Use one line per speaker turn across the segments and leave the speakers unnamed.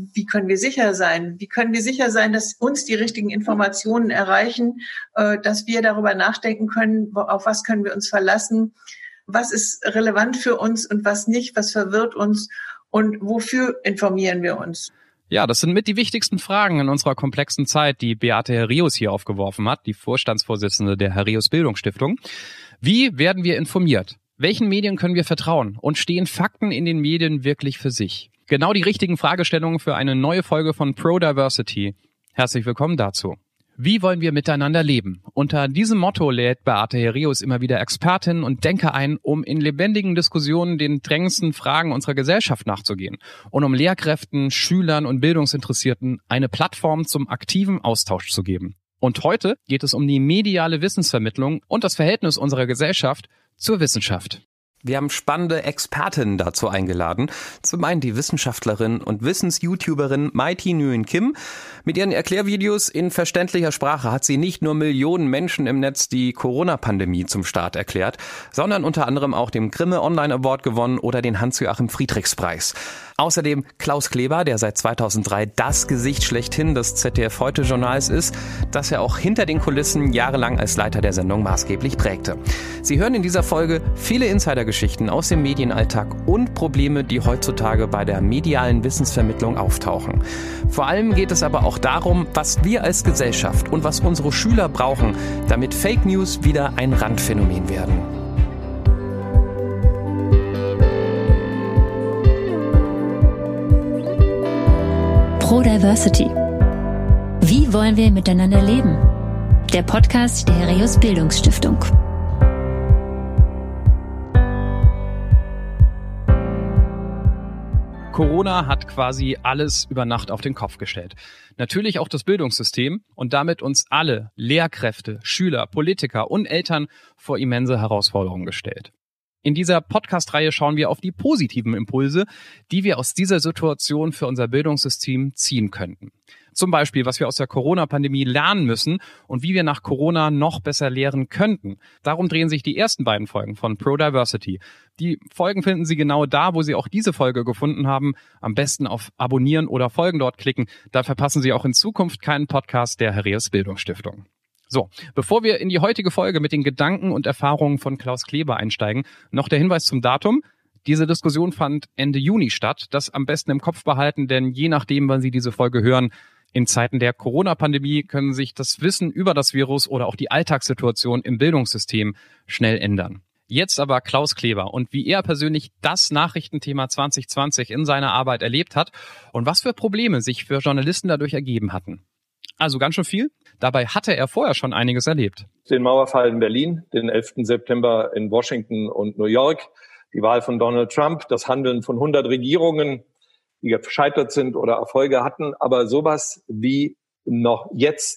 wie können wir sicher sein? Wie können wir sicher sein, dass uns die richtigen Informationen erreichen, dass wir darüber nachdenken können, auf was können wir uns verlassen? Was ist relevant für uns und was nicht? Was verwirrt uns? Und wofür informieren wir uns?
Ja, das sind mit die wichtigsten Fragen in unserer komplexen Zeit, die Beate Herreus hier aufgeworfen hat, die Vorstandsvorsitzende der Herreus Bildungsstiftung. Wie werden wir informiert? Welchen Medien können wir vertrauen? Und stehen Fakten in den Medien wirklich für sich? Genau die richtigen Fragestellungen für eine neue Folge von Pro-Diversity. Herzlich willkommen dazu. Wie wollen wir miteinander leben? Unter diesem Motto lädt Beate Herreus immer wieder Expertinnen und Denker ein, um in lebendigen Diskussionen den drängendsten Fragen unserer Gesellschaft nachzugehen und um Lehrkräften, Schülern und Bildungsinteressierten eine Plattform zum aktiven Austausch zu geben. Und heute geht es um die mediale Wissensvermittlung und das Verhältnis unserer Gesellschaft zur Wissenschaft. Wir haben spannende Expertinnen dazu eingeladen. Zum einen die Wissenschaftlerin und Wissens-YouTuberin Mighty Nguyen Kim. Mit ihren Erklärvideos in verständlicher Sprache hat sie nicht nur Millionen Menschen im Netz die Corona-Pandemie zum Start erklärt, sondern unter anderem auch den Grimme Online Award gewonnen oder den Hans-Joachim Friedrichs-Preis. Außerdem Klaus Kleber, der seit 2003 das Gesicht schlechthin des ZDF-Heute-Journals ist, das er auch hinter den Kulissen jahrelang als Leiter der Sendung maßgeblich prägte. Sie hören in dieser Folge viele Insidergeschichten aus dem Medienalltag und Probleme, die heutzutage bei der medialen Wissensvermittlung auftauchen. Vor allem geht es aber auch darum, was wir als Gesellschaft und was unsere Schüler brauchen, damit Fake News wieder ein Randphänomen werden.
Pro-Diversity. Wie wollen wir miteinander leben? Der Podcast der Herreus Bildungsstiftung.
Corona hat quasi alles über Nacht auf den Kopf gestellt. Natürlich auch das Bildungssystem und damit uns alle, Lehrkräfte, Schüler, Politiker und Eltern vor immense Herausforderungen gestellt. In dieser Podcast-Reihe schauen wir auf die positiven Impulse, die wir aus dieser Situation für unser Bildungssystem ziehen könnten. Zum Beispiel, was wir aus der Corona-Pandemie lernen müssen und wie wir nach Corona noch besser lehren könnten. Darum drehen sich die ersten beiden Folgen von Pro-Diversity. Die Folgen finden Sie genau da, wo Sie auch diese Folge gefunden haben. Am besten auf Abonnieren oder Folgen dort klicken. Da verpassen Sie auch in Zukunft keinen Podcast der Herreus Bildungsstiftung. So, bevor wir in die heutige Folge mit den Gedanken und Erfahrungen von Klaus Kleber einsteigen, noch der Hinweis zum Datum. Diese Diskussion fand Ende Juni statt. Das am besten im Kopf behalten, denn je nachdem, wann Sie diese Folge hören, in Zeiten der Corona-Pandemie können sich das Wissen über das Virus oder auch die Alltagssituation im Bildungssystem schnell ändern. Jetzt aber Klaus Kleber und wie er persönlich das Nachrichtenthema 2020 in seiner Arbeit erlebt hat und was für Probleme sich für Journalisten dadurch ergeben hatten. Also ganz schön viel. Dabei hatte er vorher schon einiges erlebt.
Den Mauerfall in Berlin, den 11. September in Washington und New York, die Wahl von Donald Trump, das Handeln von 100 Regierungen, die gescheitert sind oder Erfolge hatten, aber sowas wie noch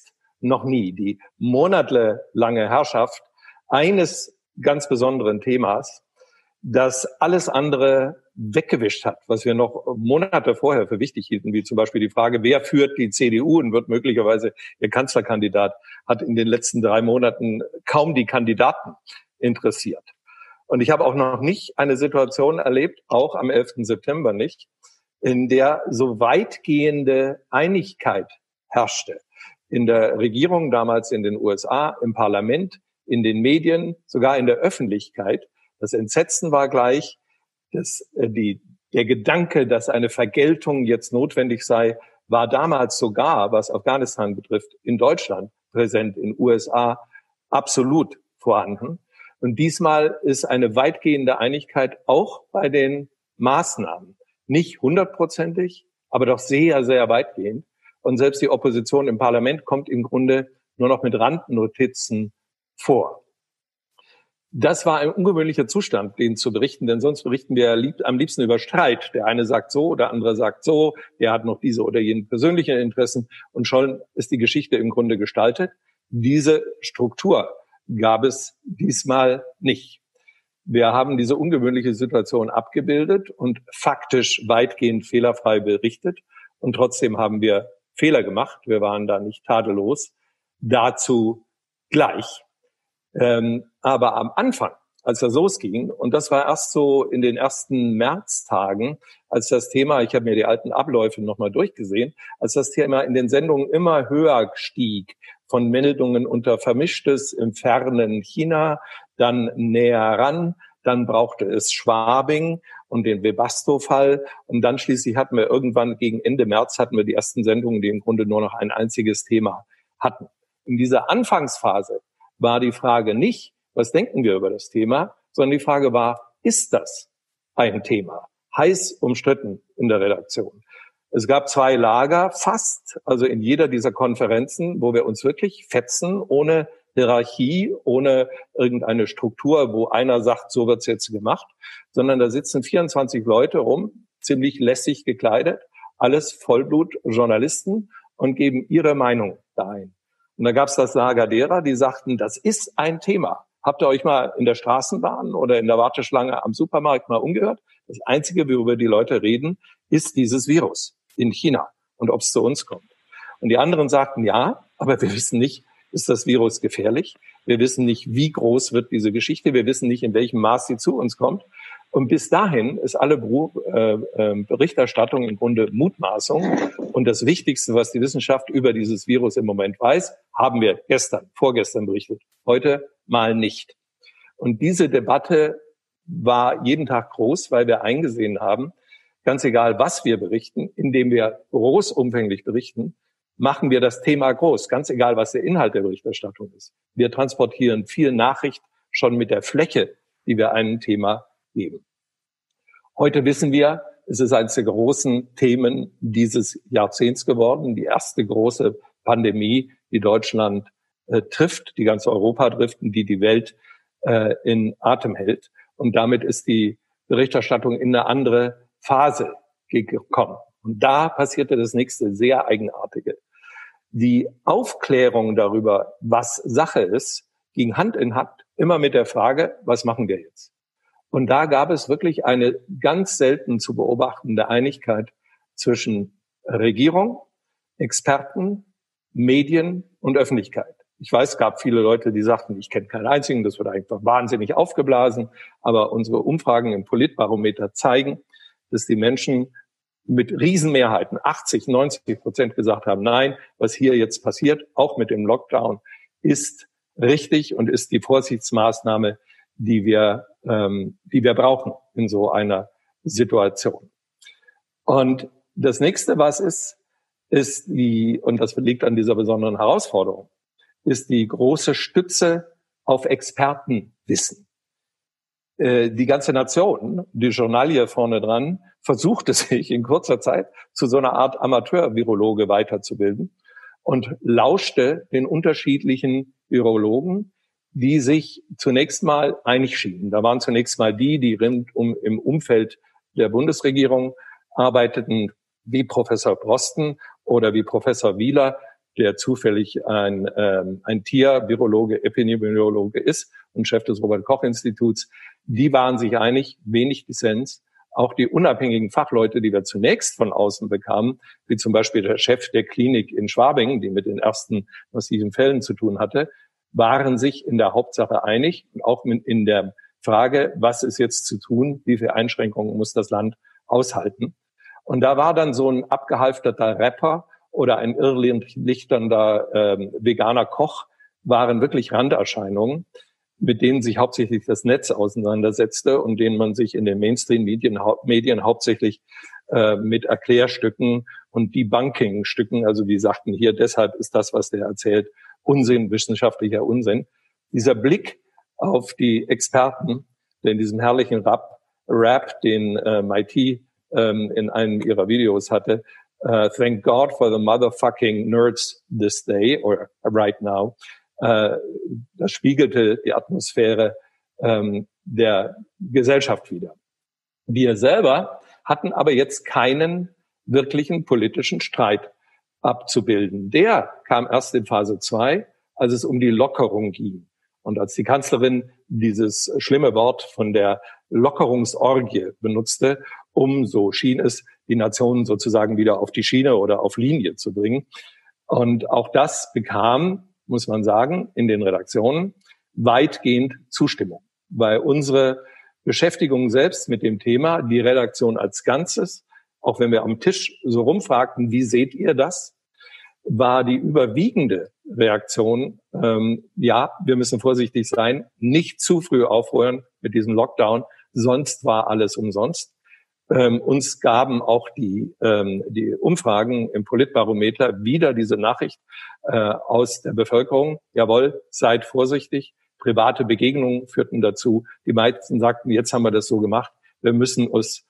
nie. Die monatelange Herrschaft eines ganz besonderen Themas, das alles andere weggewischt hat, was wir noch Monate vorher für wichtig hielten, wie zum Beispiel die Frage, wer führt die CDU und wird möglicherweise ihr Kanzlerkandidat, hat in den letzten 3 Monaten kaum die Kandidaten interessiert. Und ich habe auch noch nicht eine Situation erlebt, auch am 11. September nicht, in der so weitgehende Einigkeit herrschte. In der Regierung damals in den USA, im Parlament, in den Medien, sogar in der Öffentlichkeit. Das Entsetzen war gleich, der Gedanke, dass eine Vergeltung jetzt notwendig sei, war damals sogar, was Afghanistan betrifft, in Deutschland präsent, in den USA absolut vorhanden. Und diesmal ist eine weitgehende Einigkeit auch bei den Maßnahmen. Nicht 100%ig, aber doch sehr, sehr weitgehend. Und selbst die Opposition im Parlament kommt im Grunde nur noch mit Randnotizen vor. Das war ein ungewöhnlicher Zustand, den zu berichten, denn sonst berichten wir am liebsten über Streit. Der eine sagt so, der andere sagt so, der hat noch diese oder jene persönlichen Interessen und schon ist die Geschichte im Grunde gestaltet. Diese Struktur gab es diesmal nicht. Wir haben diese ungewöhnliche Situation abgebildet und faktisch weitgehend fehlerfrei berichtet und trotzdem haben wir Fehler gemacht. Wir waren da nicht tadellos. Dazu gleich. Aber am Anfang, als das losging. Und das war erst so in den ersten Märztagen, als das Thema, ich habe mir die alten Abläufe nochmal durchgesehen, als das Thema in den Sendungen immer höher stieg, von Meldungen unter Vermischtes im fernen China, dann näher ran, dann brauchte es Schwabing und den Webasto-Fall. Und dann schließlich hatten wir irgendwann gegen Ende März hatten wir die ersten Sendungen, die im Grunde nur noch ein einziges Thema hatten. In dieser Anfangsphase war die Frage nicht, was denken wir über das Thema, sondern die Frage war, ist das ein Thema? Heiß umstritten in der Redaktion. Es gab 2 Lager fast, also in jeder dieser Konferenzen, wo wir uns wirklich fetzen, ohne Hierarchie, ohne irgendeine Struktur, wo einer sagt, so wird's jetzt gemacht, sondern da sitzen 24 Leute rum, ziemlich lässig gekleidet, alles Vollblut-Journalisten und geben ihre Meinung da ein. Und da gab's das Lager derer, die sagten, das ist ein Thema. Habt ihr euch mal in der Straßenbahn oder in der Warteschlange am Supermarkt mal umgehört? Das Einzige, worüber die Leute reden, ist dieses Virus in China und ob es zu uns kommt. Und die anderen sagten, ja, aber wir wissen nicht, ist das Virus gefährlich? Wir wissen nicht, wie groß wird diese Geschichte. Wir wissen nicht, in welchem Maß sie zu uns kommt. Und bis dahin ist alle Berichterstattung im Grunde Mutmaßung. Und das Wichtigste, was die Wissenschaft über dieses Virus im Moment weiß, haben wir vorgestern berichtet. Heute mal nicht. Und diese Debatte war jeden Tag groß, weil wir eingesehen haben, ganz egal, was wir berichten, indem wir großumfänglich berichten, machen wir das Thema groß, ganz egal, was der Inhalt der Berichterstattung ist. Wir transportieren viel Nachricht schon mit der Fläche, die wir einem Thema geben. Heute wissen wir, es ist eines der großen Themen dieses Jahrzehnts geworden, die erste große Pandemie, die Deutschland trifft, die ganz Europa trifft und die die Welt in Atem hält. Und damit ist die Berichterstattung in eine andere Phase gekommen. Und da passierte das nächste sehr Eigenartige. Die Aufklärung darüber, was Sache ist, ging Hand in Hand immer mit der Frage, was machen wir jetzt? Und da gab es wirklich eine ganz selten zu beobachtende Einigkeit zwischen Regierung, Experten, Medien und Öffentlichkeit. Ich weiß, es gab viele Leute, die sagten, ich kenne keinen einzigen, das wird einfach wahnsinnig aufgeblasen. Aber unsere Umfragen im Politbarometer zeigen, dass die Menschen mit Riesenmehrheiten, 80-90% gesagt haben, nein, was hier jetzt passiert, auch mit dem Lockdown, ist richtig und ist die Vorsichtsmaßnahme, die wir brauchen in so einer Situation. Und das nächste, was ist und das liegt an dieser besonderen Herausforderung, ist die große Stütze auf Expertenwissen. Die ganze Nation, die Journalie vorne dran, versuchte sich in kurzer Zeit zu so einer Art Amateur-Virologe weiterzubilden und lauschte den unterschiedlichen Virologen, die sich zunächst mal einig schienen. Da waren zunächst mal die im Umfeld der Bundesregierung arbeiteten, wie Professor Drosten oder wie Professor Wieler, der zufällig ein Tiervirologe, Epidemiologe ist und Chef des Robert-Koch-Instituts. Die waren sich einig, wenig Dissens. Auch die unabhängigen Fachleute, die wir zunächst von außen bekamen, wie zum Beispiel der Chef der Klinik in Schwabing, die mit den ersten massiven Fällen zu tun hatte, waren sich in der Hauptsache einig, auch in der Frage, was ist jetzt zu tun, wie viele Einschränkungen muss das Land aushalten. Und da war dann so ein abgehalfterter Rapper oder ein irrlichternder veganer Koch, waren wirklich Randerscheinungen, mit denen sich hauptsächlich das Netz auseinandersetzte und denen man sich in den Mainstream-Medien hauptsächlich mit Erklärstücken und Debunking-Stücken, also die sagten hier, deshalb ist das, was der erzählt, Unsinn, wissenschaftlicher Unsinn. Dieser Blick auf die Experten, der in diesem herrlichen Rap, den MIT in einem ihrer Videos hatte, Thank God for the motherfucking nerds this day or right now, das spiegelte die Atmosphäre der Gesellschaft wider. Wir selber hatten aber jetzt keinen wirklichen politischen Streit abzubilden. Der kam erst in Phase 2, als es um die Lockerung ging. Und als die Kanzlerin dieses schlimme Wort von der Lockerungsorgie benutzte, um, so schien es, die Nationen sozusagen wieder auf die Schiene oder auf Linie zu bringen. Und auch das bekam, muss man sagen, in den Redaktionen weitgehend Zustimmung. weil unsere Beschäftigung selbst mit dem Thema, die Redaktion als Ganzes, auch wenn wir am Tisch so rumfragten, wie seht ihr das, war die überwiegende Reaktion, ja, wir müssen vorsichtig sein, nicht zu früh aufhören mit diesem Lockdown, sonst war alles umsonst. Uns gaben auch die Umfragen im Politbarometer wieder diese Nachricht aus der Bevölkerung. Jawohl, seid vorsichtig. Private Begegnungen führten dazu. Die meisten sagten, jetzt haben wir das so gemacht. Wir müssen es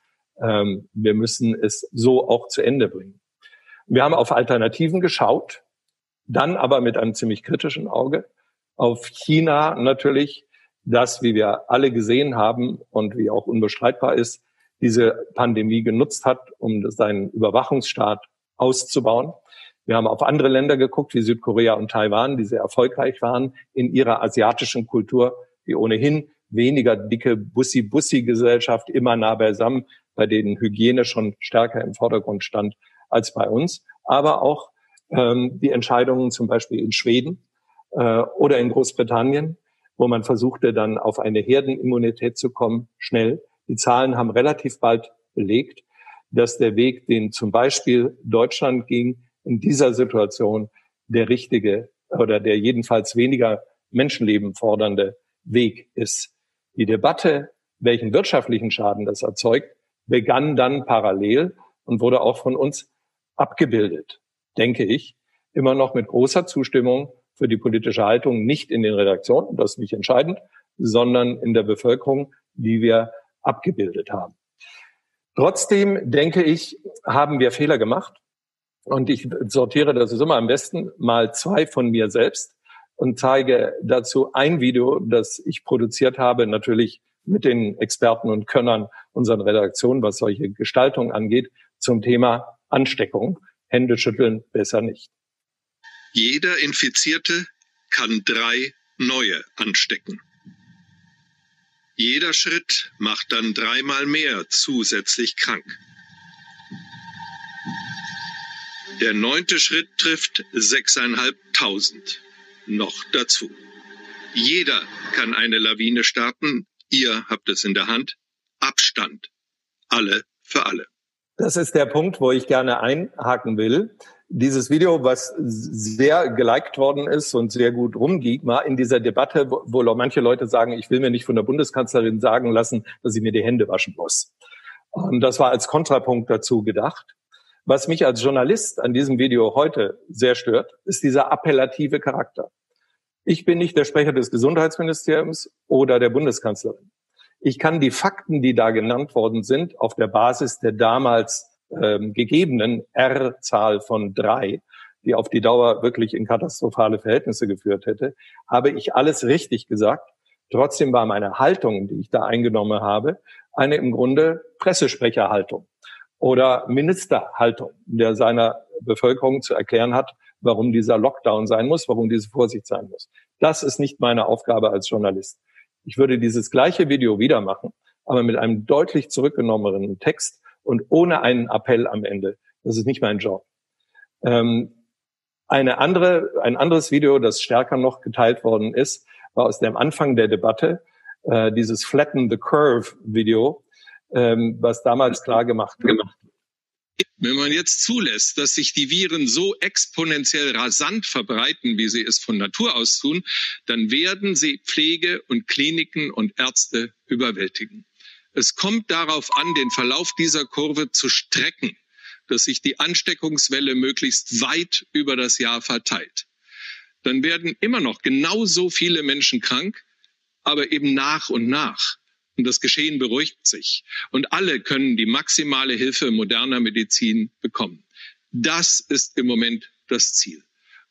so auch zu Ende bringen. Wir haben auf Alternativen geschaut, dann aber mit einem ziemlich kritischen Auge auf China natürlich, das, wie wir alle gesehen haben und wie auch unbestreitbar ist, diese Pandemie genutzt hat, um seinen Überwachungsstaat auszubauen. Wir haben auf andere Länder geguckt, wie Südkorea und Taiwan, die sehr erfolgreich waren in ihrer asiatischen Kultur, die ohnehin weniger dicke Bussi-Gesellschaft, immer nah beisammen, bei denen Hygiene schon stärker im Vordergrund stand als bei uns. Aber auch die Entscheidungen zum Beispiel in Schweden oder in Großbritannien, wo man versuchte, dann auf eine Herdenimmunität zu kommen, schnell. Die Zahlen haben relativ bald belegt, dass der Weg, den zum Beispiel Deutschland ging, in dieser Situation der richtige oder der jedenfalls weniger Menschenleben fordernde Weg ist. Die Debatte, welchen wirtschaftlichen Schaden das erzeugt, begann dann parallel und wurde auch von uns abgebildet, denke ich, immer noch mit großer Zustimmung für die politische Haltung, nicht in den Redaktionen, das ist nicht entscheidend, sondern in der Bevölkerung, die wir abgebildet haben. Trotzdem, denke ich, haben wir Fehler gemacht. Und ich sortiere, das ist immer am besten, mal 2 von mir selbst und zeige dazu ein Video, das ich produziert habe, natürlich mit den Experten und Könnern unserer Redaktion, was solche Gestaltung angeht, zum Thema Ansteckung. Hände schütteln besser nicht.
Jeder Infizierte kann 3 neue anstecken. Jeder Schritt macht dann 3-mal mehr zusätzlich krank. Der 9. Schritt trifft 6.500 noch dazu. Jeder kann eine Lawine starten. Ihr habt es in der Hand. Abstand. Alle für alle.
Das ist der Punkt, wo ich gerne einhaken will. Dieses Video, was sehr geliked worden ist und sehr gut rumging, war in dieser Debatte, wo manche Leute sagen, ich will mir nicht von der Bundeskanzlerin sagen lassen, dass sie mir die Hände waschen muss. Und das war als Kontrapunkt dazu gedacht. Was mich als Journalist an diesem Video heute sehr stört, ist dieser appellative Charakter. Ich bin nicht der Sprecher des Gesundheitsministeriums oder der Bundeskanzlerin. Ich kann die Fakten, die da genannt worden sind, auf der Basis der damals gegebenen R-Zahl von 3, die auf die Dauer wirklich in katastrophale Verhältnisse geführt hätte, habe ich alles richtig gesagt. Trotzdem war meine Haltung, die ich da eingenommen habe, eine im Grunde Pressesprecherhaltung oder Ministerhaltung, der seiner Bevölkerung zu erklären hat, warum dieser Lockdown sein muss, warum diese Vorsicht sein muss. Das ist nicht meine Aufgabe als Journalist. Ich würde dieses gleiche Video wieder machen, aber mit einem deutlich zurückgenommeneren Text und ohne einen Appell am Ende. Das ist nicht mein Job. Ein anderes Video, das stärker noch geteilt worden ist, war aus dem Anfang der Debatte, dieses Flatten the Curve Video, was damals klar gemacht wird.
Wenn man jetzt zulässt, dass sich die Viren so exponentiell rasant verbreiten, wie sie es von Natur aus tun, dann werden sie Pflege und Kliniken und Ärzte überwältigen. Es kommt darauf an, den Verlauf dieser Kurve zu strecken, dass sich die Ansteckungswelle möglichst weit über das Jahr verteilt. Dann werden immer noch genauso viele Menschen krank, aber eben nach und nach. Und das Geschehen beruhigt sich. Und alle können die maximale Hilfe moderner Medizin bekommen. Das ist im Moment das Ziel.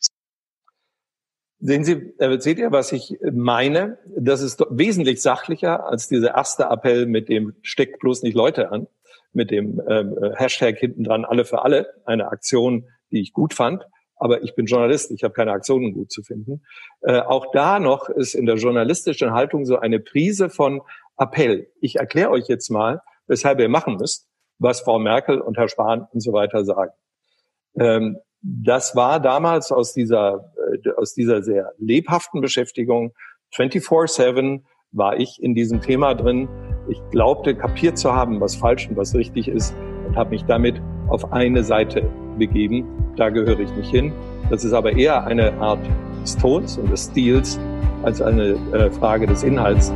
Seht ihr, was ich meine? Das ist wesentlich sachlicher als dieser erste Appell mit dem steckt bloß nicht Leute an, mit dem Hashtag hinten dran alle für alle, eine Aktion, die ich gut fand. Aber ich bin Journalist, ich habe keine Aktionen gut zu finden. Auch da noch ist in der journalistischen Haltung so eine Prise von Appell. Ich erkläre euch jetzt mal, weshalb ihr machen müsst, was Frau Merkel und Herr Spahn und so weiter sagen. Das war damals aus dieser sehr lebhaften Beschäftigung 24/7 war ich in diesem Thema drin. Ich glaubte, kapiert zu haben, was falsch und was richtig ist und habe mich damit auf eine Seite begeben. Da gehöre ich nicht hin. Das ist aber eher eine Art des Tons und des Stils als eine Frage des Inhalts.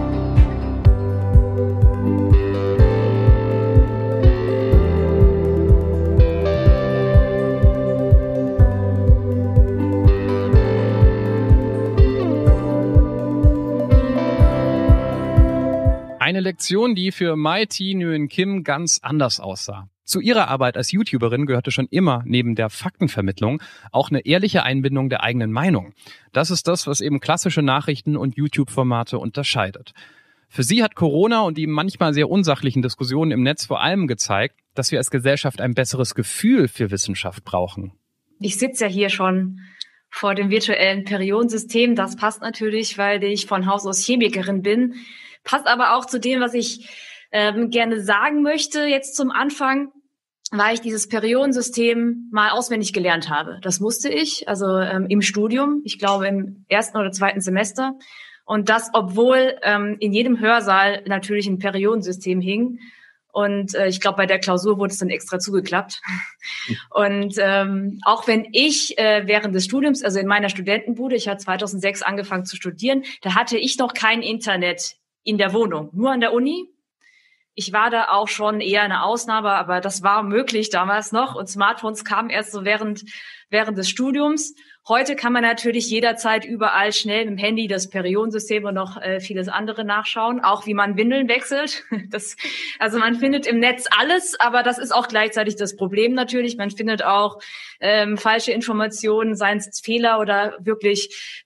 Eine Lektion, die für Mai Thi Nguyen Kim ganz anders aussah. Zu ihrer Arbeit als YouTuberin gehörte schon immer neben der Faktenvermittlung auch eine ehrliche Einbindung der eigenen Meinung. Das ist das, was eben klassische Nachrichten und YouTube-Formate unterscheidet. Für sie hat Corona und die manchmal sehr unsachlichen Diskussionen im Netz vor allem gezeigt, dass wir als Gesellschaft ein besseres Gefühl für Wissenschaft brauchen.
Ich sitze ja hier schon vor dem virtuellen Periodensystem. Das passt natürlich, weil ich von Haus aus Chemikerin bin. Passt aber auch zu dem, was ich gerne sagen möchte jetzt zum Anfang, weil ich dieses Periodensystem mal auswendig gelernt habe. Das musste ich, also im Studium, ich glaube im 1. oder 2. Semester. Und das, obwohl in jedem Hörsaal natürlich ein Periodensystem hing. Und ich glaube, bei der Klausur wurde es dann extra zugeklappt. Und auch wenn ich während des Studiums, also in meiner Studentenbude, ich habe 2006 angefangen zu studieren, da hatte ich noch kein Internet in der Wohnung, nur an der Uni. Ich war da auch schon eher eine Ausnahme, aber das war möglich damals noch. Und Smartphones kamen erst so während des Studiums. Heute kann man natürlich jederzeit überall schnell mit dem Handy das Periodensystem und noch vieles andere nachschauen, auch wie man Windeln wechselt. Also man findet im Netz alles, aber das ist auch gleichzeitig das Problem natürlich. Man findet auch falsche Informationen, seien es Fehler oder wirklich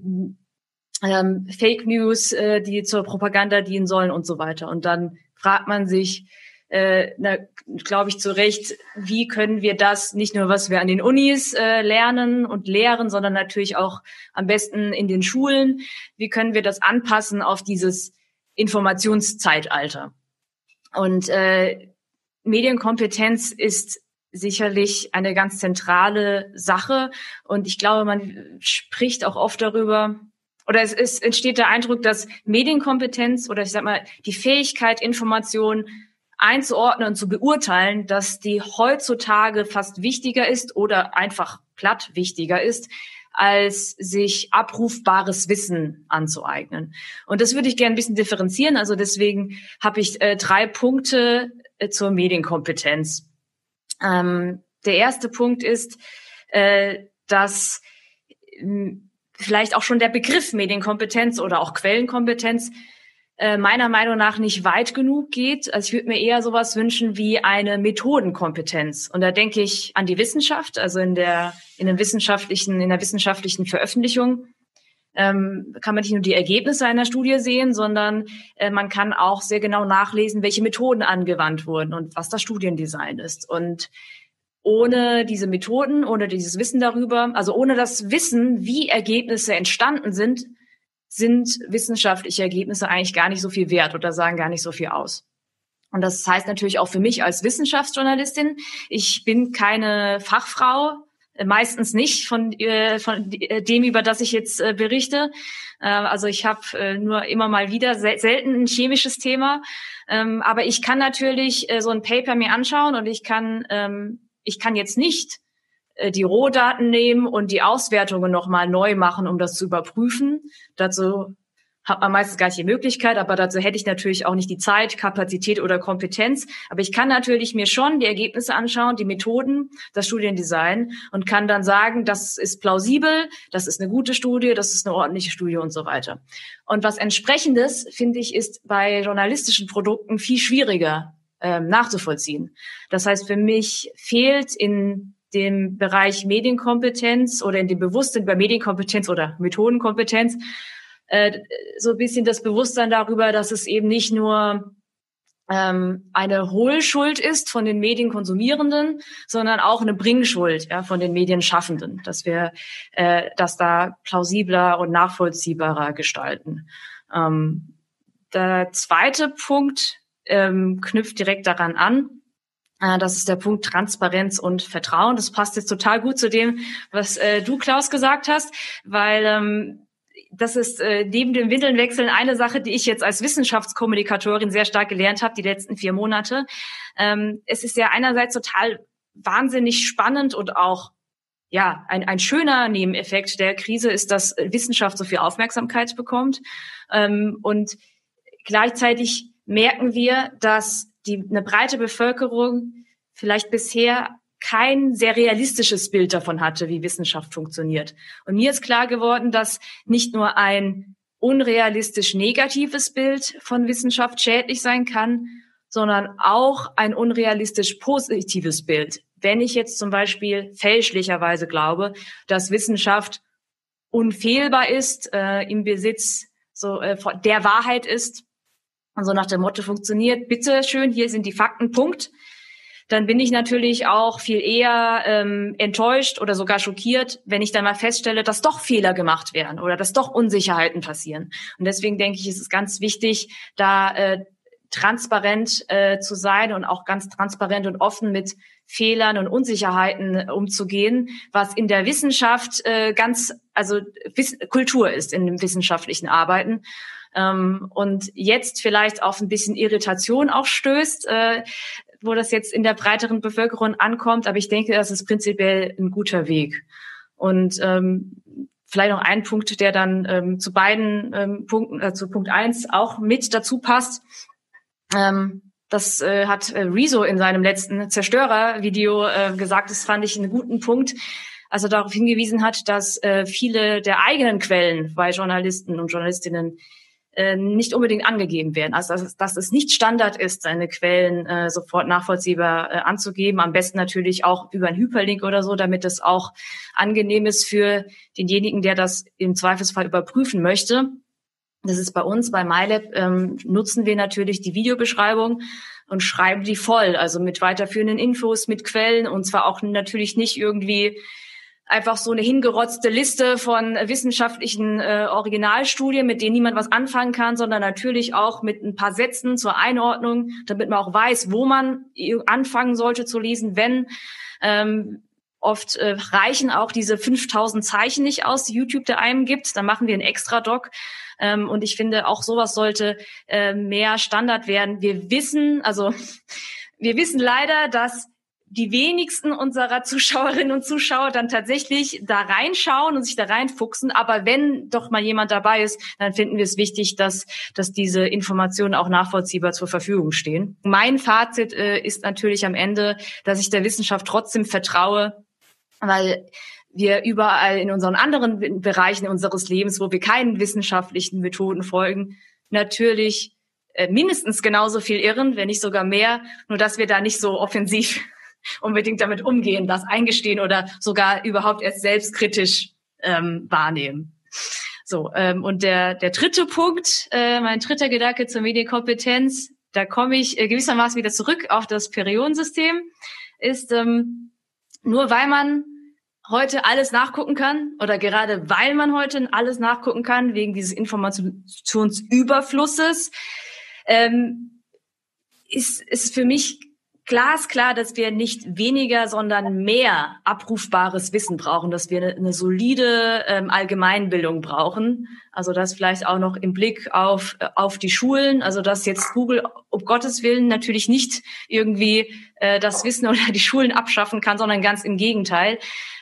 Fake News, die zur Propaganda dienen sollen und so weiter. Und dann fragt man sich, glaube ich, zu Recht, wie können wir das nicht nur, was wir an den Unis lernen und lehren, sondern natürlich auch am besten in den Schulen, wie können wir das anpassen auf dieses Informationszeitalter? Und Medienkompetenz ist sicherlich eine ganz zentrale Sache. Und ich glaube, man spricht auch oft darüber, oder es entsteht der Eindruck, dass Medienkompetenz oder ich sag mal die Fähigkeit, Informationen einzuordnen und zu beurteilen, dass die heutzutage fast wichtiger ist oder einfach platt wichtiger ist, als sich abrufbares Wissen anzueignen. Und das würde ich gerne ein bisschen differenzieren. Also deswegen habe ich 3 Punkte zur Medienkompetenz. Der erste Punkt ist, dass vielleicht auch schon der Begriff Medienkompetenz oder auch Quellenkompetenz meiner Meinung nach nicht weit genug geht. Also ich würde mir eher sowas wünschen wie eine Methodenkompetenz. Und da denke ich an die Wissenschaft, also in der wissenschaftlichen Veröffentlichung kann man nicht nur die Ergebnisse einer Studie sehen, sondern man kann auch sehr genau nachlesen, welche Methoden angewandt wurden und was das Studiendesign ist. Und ohne diese Methoden, ohne dieses Wissen darüber, also ohne das Wissen, wie Ergebnisse entstanden sind wissenschaftliche Ergebnisse eigentlich gar nicht so viel wert oder sagen gar nicht so viel aus. Und das heißt natürlich auch für mich als Wissenschaftsjournalistin, ich bin keine Fachfrau, meistens nicht von dem, über das ich jetzt berichte. Also ich habe nur immer mal wieder selten ein chemisches Thema. Aber ich kann natürlich so ein Paper mir anschauen und ich kann jetzt nicht die Rohdaten nehmen und die Auswertungen nochmal neu machen, um das zu überprüfen. Dazu hat man meistens gar nicht die Möglichkeit, aber dazu hätte ich natürlich auch nicht die Zeit, Kapazität oder Kompetenz. Aber ich kann natürlich mir schon die Ergebnisse anschauen, die Methoden, das Studiendesign und kann dann sagen, das ist plausibel, das ist eine gute Studie, das ist eine ordentliche Studie und so weiter. Und was Entsprechendes, finde ich, ist bei journalistischen Produkten viel schwieriger nachzuvollziehen. Das heißt, für mich fehlt in dem Bereich Medienkompetenz oder in dem Bewusstsein über Medienkompetenz oder Methodenkompetenz so ein bisschen das Bewusstsein darüber, dass es eben nicht nur eine Hohlschuld ist von den Medienkonsumierenden, sondern auch eine Bringschuld von den Medienschaffenden, dass wir das da plausibler und nachvollziehbarer gestalten. Der zweite Punkt knüpft direkt daran an. Das ist der Punkt Transparenz und Vertrauen. Das passt jetzt total gut zu dem, was du, Klaus, gesagt hast, weil das ist neben dem Windelnwechseln eine Sache, die ich jetzt als Wissenschaftskommunikatorin sehr stark gelernt habe, die letzten 4 Monate. Es ist ja einerseits total wahnsinnig spannend und auch ein schöner Nebeneffekt der Krise ist, dass Wissenschaft so viel Aufmerksamkeit bekommt. Und gleichzeitig merken wir, dass eine breite Bevölkerung vielleicht bisher kein sehr realistisches Bild davon hatte, wie Wissenschaft funktioniert. Und mir ist klar geworden, dass nicht nur ein unrealistisch negatives Bild von Wissenschaft schädlich sein kann, sondern auch ein unrealistisch positives Bild. Wenn ich jetzt zum Beispiel fälschlicherweise glaube, dass Wissenschaft unfehlbar ist, im Besitz der Wahrheit ist, also nach dem Motto funktioniert, bitte schön, hier sind die Fakten, Punkt, dann bin ich natürlich auch viel eher enttäuscht oder sogar schockiert, wenn ich dann mal feststelle, dass doch Fehler gemacht werden oder dass doch Unsicherheiten passieren. Und deswegen denke ich, ist es ganz wichtig, da transparent zu sein und auch ganz transparent und offen mit Fehlern und Unsicherheiten umzugehen, was in der Wissenschaft Kultur ist in dem wissenschaftlichen Arbeiten. Und jetzt vielleicht auf ein bisschen Irritation auch stößt, wo das jetzt in der breiteren Bevölkerung ankommt. Aber ich denke, das ist prinzipiell ein guter Weg. Und vielleicht noch ein Punkt, der dann zu beiden Punkten, zu Punkt 1 auch mit dazu passt. Das hat Rezo in seinem letzten Zerstörer-Video gesagt. Das fand ich einen guten Punkt, als er darauf hingewiesen hat, dass viele der eigenen Quellen bei Journalisten und Journalistinnen nicht unbedingt angegeben werden. Also dass es nicht Standard ist, seine Quellen sofort nachvollziehbar anzugeben. Am besten natürlich auch über einen Hyperlink oder so, damit es auch angenehm ist für denjenigen, der das im Zweifelsfall überprüfen möchte. Das ist bei uns, bei MyLab, nutzen wir natürlich die Videobeschreibung und schreiben die voll, also mit weiterführenden Infos, mit Quellen, und zwar auch natürlich nicht irgendwie einfach so eine hingerotzte Liste von wissenschaftlichen Originalstudien, mit denen niemand was anfangen kann, sondern natürlich auch mit ein paar Sätzen zur Einordnung, damit man auch weiß, wo man anfangen sollte zu lesen, wenn. Oft reichen auch diese 5000 Zeichen nicht aus, die YouTube da einem gibt. Dann machen wir einen Extra-Doc. Und ich finde, auch sowas sollte mehr Standard werden. Wir wissen leider, dass die wenigsten unserer Zuschauerinnen und Zuschauer dann tatsächlich da reinschauen und sich da reinfuchsen. Aber wenn doch mal jemand dabei ist, dann finden wir es wichtig, dass diese Informationen auch nachvollziehbar zur Verfügung stehen. Mein Fazit ist natürlich am Ende, dass ich der Wissenschaft trotzdem vertraue, weil wir überall in unseren anderen Bereichen unseres Lebens, wo wir keinen wissenschaftlichen Methoden folgen, natürlich mindestens genauso viel irren, wenn nicht sogar mehr, nur dass wir da nicht so offensiv unbedingt damit umgehen, das eingestehen oder sogar überhaupt erst selbstkritisch wahrnehmen. So, und der dritte Punkt, mein dritter Gedanke zur Medienkompetenz, da komme ich gewissermaßen wieder zurück auf das Periodensystem, ist nur weil man heute alles nachgucken kann oder gerade weil man heute alles nachgucken kann, wegen dieses Informationsüberflusses, ist für mich glasklar, dass wir nicht weniger, sondern mehr abrufbares Wissen brauchen, dass wir eine solide Allgemeinbildung brauchen. Also das vielleicht auch noch im Blick auf die Schulen, also dass jetzt Google um Gottes Willen natürlich nicht irgendwie das Wissen oder die Schulen abschaffen kann, sondern ganz im Gegenteil.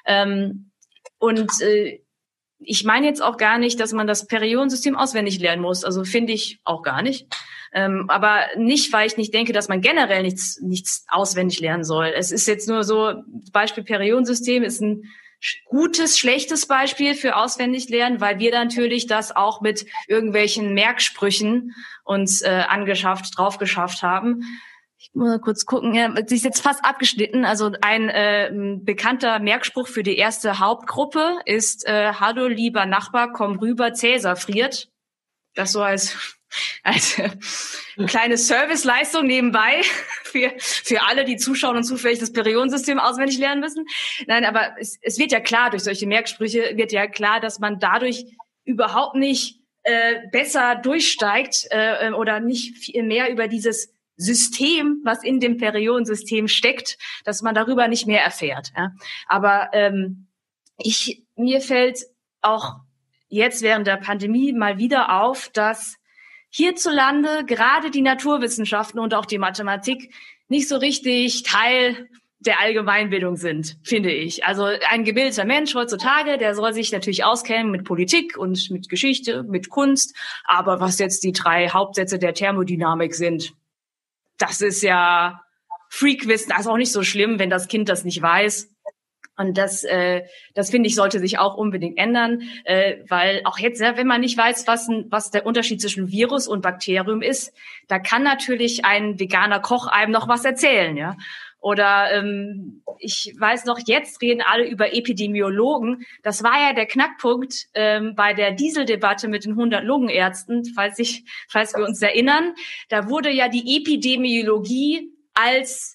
Ich meine jetzt auch gar nicht, dass man das Periodensystem auswendig lernen muss. Also finde ich auch gar nicht. Aber nicht, weil ich nicht denke, dass man generell nichts auswendig lernen soll. Es ist jetzt nur so, Beispiel Periodensystem ist ein gutes, schlechtes Beispiel für auswendig lernen, weil wir natürlich das auch mit irgendwelchen Merksprüchen uns drauf geschafft haben. Ich muss mal kurz gucken, ja, das ist jetzt fast abgeschnitten. Also ein bekannter Merkspruch für die erste Hauptgruppe ist Hallo lieber Nachbar, komm rüber, Cäsar friert. Das so als kleine Serviceleistung nebenbei für alle, die zuschauen und zufällig das Periodensystem auswendig lernen müssen. Nein, aber es wird ja klar, durch solche Merksprüche wird ja klar, dass man dadurch überhaupt nicht besser durchsteigt oder nicht viel mehr über dieses System, was in dem Periodensystem steckt, dass man darüber nicht mehr erfährt. Ja. Aber mir fällt auch jetzt während der Pandemie mal wieder auf, dass hierzulande gerade die Naturwissenschaften und auch die Mathematik nicht so richtig Teil der Allgemeinbildung sind, finde ich. Also ein gebildeter Mensch heutzutage, der soll sich natürlich auskennen mit Politik und mit Geschichte, mit Kunst. Aber was jetzt die 3 Hauptsätze der Thermodynamik sind, das ist ja Freakwissen. Also auch nicht so schlimm, wenn das Kind das nicht weiß. Und das finde ich, sollte sich auch unbedingt ändern, weil auch jetzt, wenn man nicht weiß, was der Unterschied zwischen Virus und Bakterium ist, da kann natürlich ein veganer Koch einem noch was erzählen, ja. Oder ich weiß noch, jetzt reden alle über Epidemiologen. Das war ja der Knackpunkt bei der Dieseldebatte mit den 100 Lungenärzten, falls wir uns erinnern. Da wurde ja die Epidemiologie als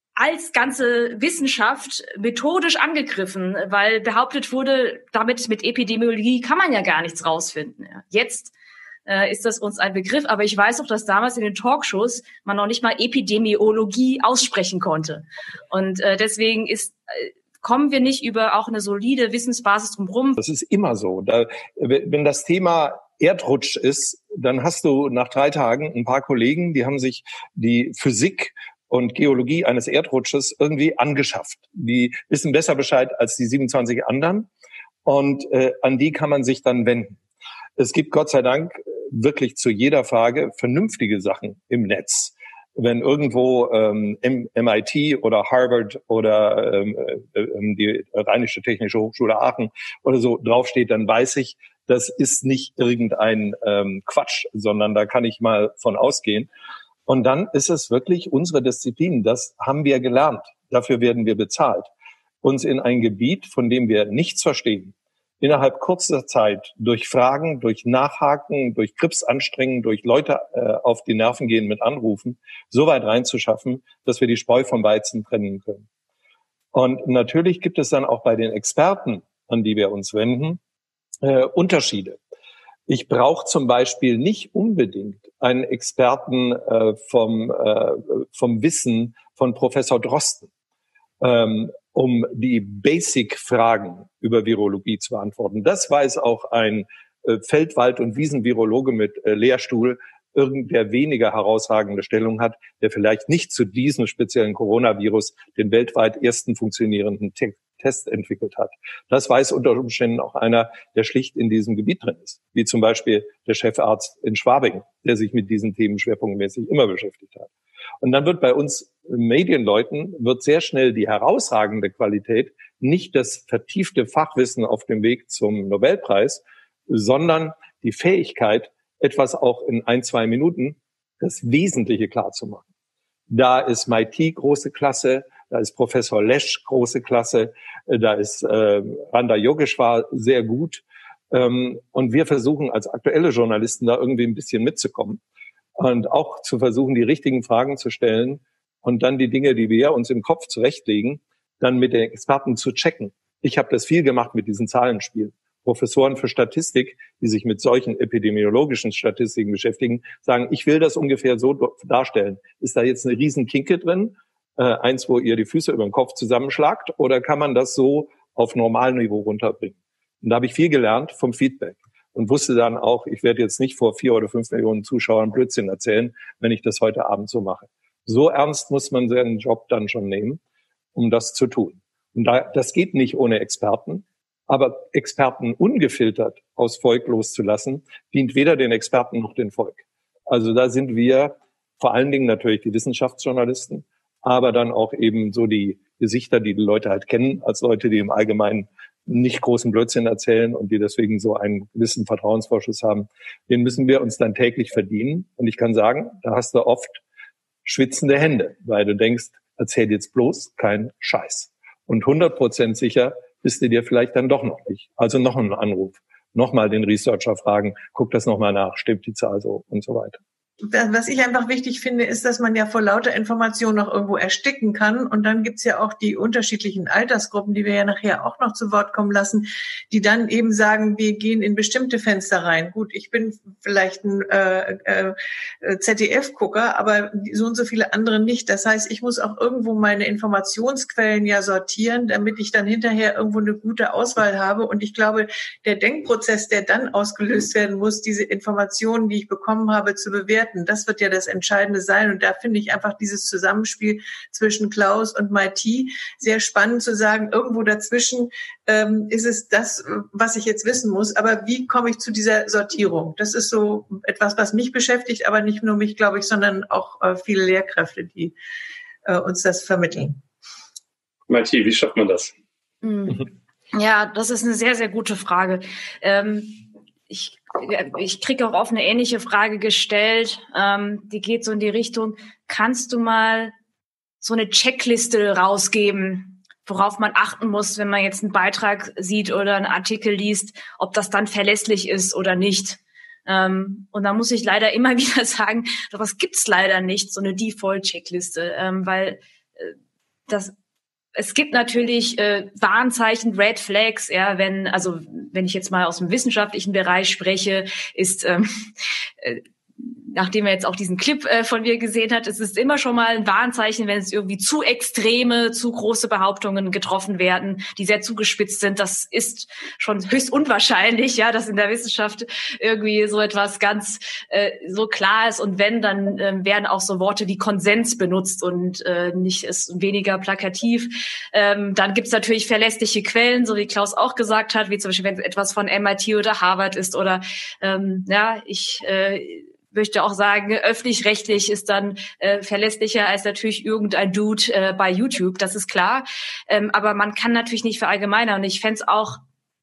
ganze Wissenschaft methodisch angegriffen, weil behauptet wurde, mit Epidemiologie kann man ja gar nichts rausfinden. Ja. Jetzt ist das uns ein Begriff, aber ich weiß auch, dass damals in den Talkshows man noch nicht mal Epidemiologie aussprechen konnte. Und deswegen kommen wir nicht über auch eine solide Wissensbasis drumherum.
Das ist immer so. Wenn das Thema Erdrutsch ist, dann hast du nach 3 Tagen ein paar Kollegen, die haben sich die Physik und Geologie eines Erdrutsches irgendwie angeschafft. Die wissen besser Bescheid als die 27 anderen und an die kann man sich dann wenden. Es gibt Gott sei Dank wirklich zu jeder Frage vernünftige Sachen im Netz. Wenn irgendwo MIT oder Harvard oder die Rheinische Technische Hochschule Aachen oder so draufsteht, dann weiß ich, das ist nicht irgendein Quatsch, sondern da kann ich mal von ausgehen. Und dann ist es wirklich unsere Disziplin. Das haben wir gelernt. Dafür werden wir bezahlt. Uns in ein Gebiet, von dem wir nichts verstehen, innerhalb kurzer Zeit durch Fragen, durch Nachhaken, durch Grips anstrengen, durch Leute auf die Nerven gehen mit Anrufen, so weit reinzuschaffen, dass wir die Spreu vom Weizen trennen können. Und natürlich gibt es dann auch bei den Experten, an die wir uns wenden, Unterschiede. Ich brauche zum Beispiel nicht unbedingt einen Experten vom Wissen von Professor Drosten, um die Basic-Fragen über Virologie zu beantworten. Das weiß auch ein Feldwald- und Wiesenvirologe mit Lehrstuhl, der weniger herausragende Stellung hat, der vielleicht nicht zu diesem speziellen Coronavirus den weltweit ersten funktionierenden Test entwickelt hat. Das weiß unter Umständen auch einer, der schlicht in diesem Gebiet drin ist, wie zum Beispiel der Chefarzt in Schwabing, der sich mit diesen Themen schwerpunktmäßig immer beschäftigt hat. Und dann wird bei uns Medienleuten sehr schnell die herausragende Qualität, nicht das vertiefte Fachwissen auf dem Weg zum Nobelpreis, sondern die Fähigkeit, etwas auch in 1-2 Minuten das Wesentliche klarzumachen. Da ist MIT große Klasse, da ist Professor Lesch große Klasse, da ist Randa Yogeshwar sehr gut. Und wir versuchen als aktuelle Journalisten da irgendwie ein bisschen mitzukommen und auch zu versuchen, die richtigen Fragen zu stellen und dann die Dinge, die wir uns im Kopf zurechtlegen, dann mit den Experten zu checken. Ich habe das viel gemacht mit diesen Zahlenspielen. Professoren für Statistik, die sich mit solchen epidemiologischen Statistiken beschäftigen, sagen, ich will das ungefähr so darstellen. Ist da jetzt eine riesen Kinke drin? Eins, wo ihr die Füße über den Kopf zusammenschlagt? Oder kann man das so auf Normalniveau runterbringen? Und da habe ich viel gelernt vom Feedback und wusste dann auch, ich werde jetzt nicht vor 4 oder 5 Millionen Zuschauern Blödsinn erzählen, wenn ich das heute Abend so mache. So ernst muss man seinen Job dann schon nehmen, um das zu tun. Und das geht nicht ohne Experten. Aber Experten ungefiltert aus Volk loszulassen, dient weder den Experten noch dem Volk. Also da sind wir vor allen Dingen natürlich die Wissenschaftsjournalisten, aber dann auch eben so die Gesichter, die Leute halt kennen, als Leute, die im Allgemeinen nicht großen Blödsinn erzählen und die deswegen so einen gewissen Vertrauensvorschuss haben. Den müssen wir uns dann täglich verdienen. Und ich kann sagen, da hast du oft schwitzende Hände, weil du denkst, erzähl jetzt bloß keinen Scheiß. Und 100% sicher bist du dir vielleicht dann doch noch nicht. Also noch einen Anruf, nochmal den Researcher fragen, guck das nochmal nach, stimmt die Zahl so und so weiter.
Was ich einfach wichtig finde, ist, dass man ja vor lauter Information noch irgendwo ersticken kann. Und dann gibt's ja auch die unterschiedlichen Altersgruppen, die wir ja nachher auch noch zu Wort kommen lassen, die dann eben sagen, wir gehen in bestimmte Fenster rein. Gut, ich bin vielleicht ein ZDF-Gucker, aber so und so viele andere nicht. Das heißt, ich muss auch irgendwo meine Informationsquellen ja sortieren, damit ich dann hinterher irgendwo eine gute Auswahl habe. Und ich glaube, der Denkprozess, der dann ausgelöst werden muss, diese Informationen, die ich bekommen habe, zu bewerten, das wird ja das Entscheidende sein. Und da finde ich einfach dieses Zusammenspiel zwischen Klaus und MIT sehr spannend zu sagen, irgendwo dazwischen ist es das, was ich jetzt wissen muss. Aber wie komme ich zu dieser Sortierung? Das ist so etwas, was mich beschäftigt, aber nicht nur mich, glaube ich, sondern auch viele Lehrkräfte, die uns das vermitteln.
MIT, wie schafft man das?
Ja, das ist eine sehr, sehr gute Frage. Ich kriege auch oft eine ähnliche Frage gestellt, die geht so in die Richtung, kannst du mal so eine Checkliste rausgeben, worauf man achten muss, wenn man jetzt einen Beitrag sieht oder einen Artikel liest, ob das dann verlässlich ist oder nicht. Und da muss ich leider immer wieder sagen, sowas gibt's leider nicht, so eine Default-Checkliste, weil es gibt natürlich Warnzeichen, Red Flags, ja, wenn ich jetzt mal aus dem wissenschaftlichen Bereich spreche, ist nachdem er jetzt auch diesen Clip von mir gesehen hat, es ist immer schon mal ein Warnzeichen, wenn es irgendwie zu extreme, zu große Behauptungen getroffen werden, die sehr zugespitzt sind. Das ist schon höchst unwahrscheinlich, ja, dass in der Wissenschaft irgendwie so etwas ganz so klar ist. Und wenn, dann werden auch so Worte wie Konsens benutzt und nicht ist weniger plakativ. Dann gibt es natürlich verlässliche Quellen, so wie Klaus auch gesagt hat, wie zum Beispiel, wenn etwas von MIT oder Harvard ist oder ich möchte auch sagen, öffentlich-rechtlich ist dann verlässlicher als natürlich irgendein Dude bei YouTube, das ist klar. Aber man kann natürlich nicht verallgemeinern. Und ich fände es auch,